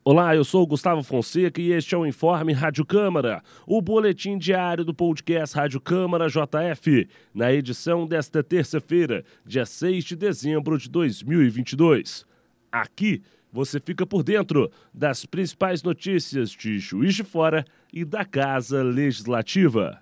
Olá, eu sou o Gustavo Fonseca e este é o Informe Rádio Câmara, o boletim diário do podcast Rádio Câmara JF, na edição desta terça-feira, dia 6 de dezembro de 2022. Aqui você fica por dentro das principais notícias de Juiz de Fora e da Casa Legislativa.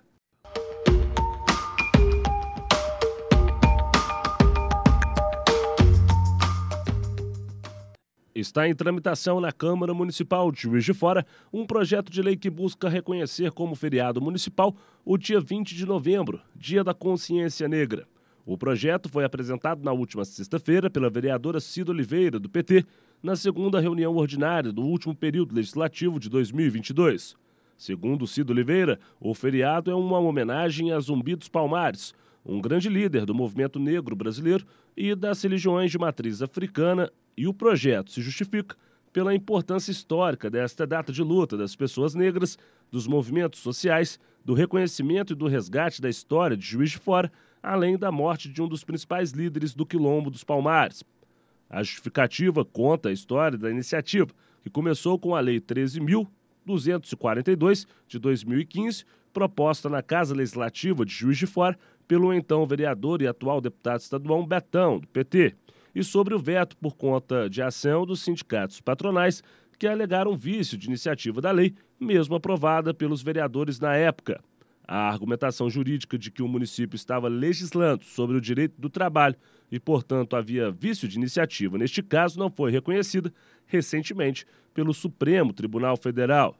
Está em tramitação na Câmara Municipal de Juiz de Fora um projeto de lei que busca reconhecer como feriado municipal o dia 20 de novembro, Dia da Consciência Negra. O projeto foi apresentado na última sexta-feira pela vereadora Cida Oliveira, do PT, na segunda reunião ordinária do último período legislativo de 2022. Segundo Cida Oliveira, o feriado é uma homenagem a Zumbi dos Palmares, um grande líder do movimento negro brasileiro e das religiões de matriz africana, e o projeto se justifica pela importância histórica desta data de luta das pessoas negras, dos movimentos sociais, do reconhecimento e do resgate da história de Juiz de Fora, além da morte de um dos principais líderes do Quilombo dos Palmares. A justificativa conta a história da iniciativa, que começou com a Lei 13.242, de 2015, proposta na Casa Legislativa de Juiz de Fora pelo então vereador e atual deputado estadual Betão, do PT, e sobre o veto por conta de ação dos sindicatos patronais que alegaram vício de iniciativa da lei, mesmo aprovada pelos vereadores na época. A argumentação jurídica de que o município estava legislando sobre o direito do trabalho e, portanto, havia vício de iniciativa neste caso não foi reconhecida recentemente pelo Supremo Tribunal Federal.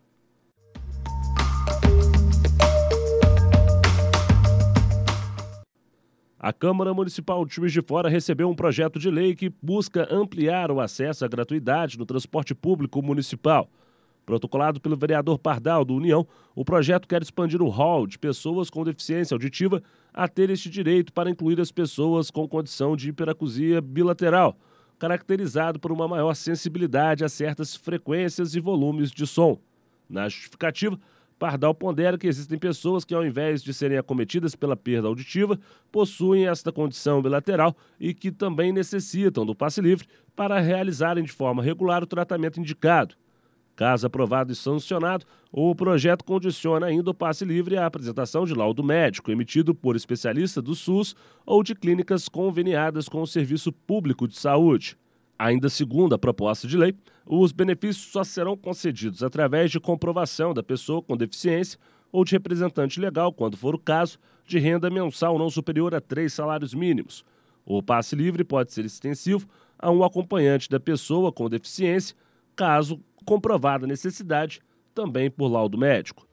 A Câmara Municipal de Juiz de Fora recebeu um projeto de lei que busca ampliar o acesso à gratuidade no transporte público municipal. Protocolado pelo vereador Pardal, do União, o projeto quer expandir o rol de pessoas com deficiência auditiva a ter este direito para incluir as pessoas com condição de hiperacusia bilateral, caracterizado por uma maior sensibilidade a certas frequências e volumes de som. Na justificativa, Pardal pondera que existem pessoas que, ao invés de serem acometidas pela perda auditiva, possuem esta condição bilateral e que também necessitam do passe livre para realizarem de forma regular o tratamento indicado. Caso aprovado e sancionado, o projeto condiciona ainda o passe livre à apresentação de laudo médico emitido por especialista do SUS ou de clínicas conveniadas com o Serviço Público de Saúde. Ainda segundo a proposta de lei, os benefícios só serão concedidos através de comprovação da pessoa com deficiência ou de representante legal, quando for o caso, de renda mensal não superior a 3 salários mínimos. O passe livre pode ser extensivo a um acompanhante da pessoa com deficiência, caso comprovada a necessidade, também por laudo médico.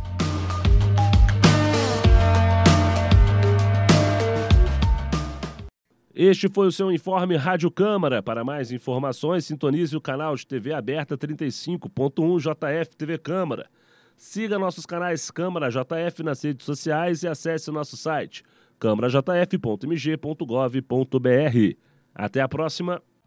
Este foi o seu Informe Rádio Câmara. Para mais informações, sintonize o canal de TV aberta 35.1 JF TV Câmara. Siga nossos canais Câmara JF nas redes sociais e acesse o nosso site câmarajf.mg.gov.br. Até a próxima.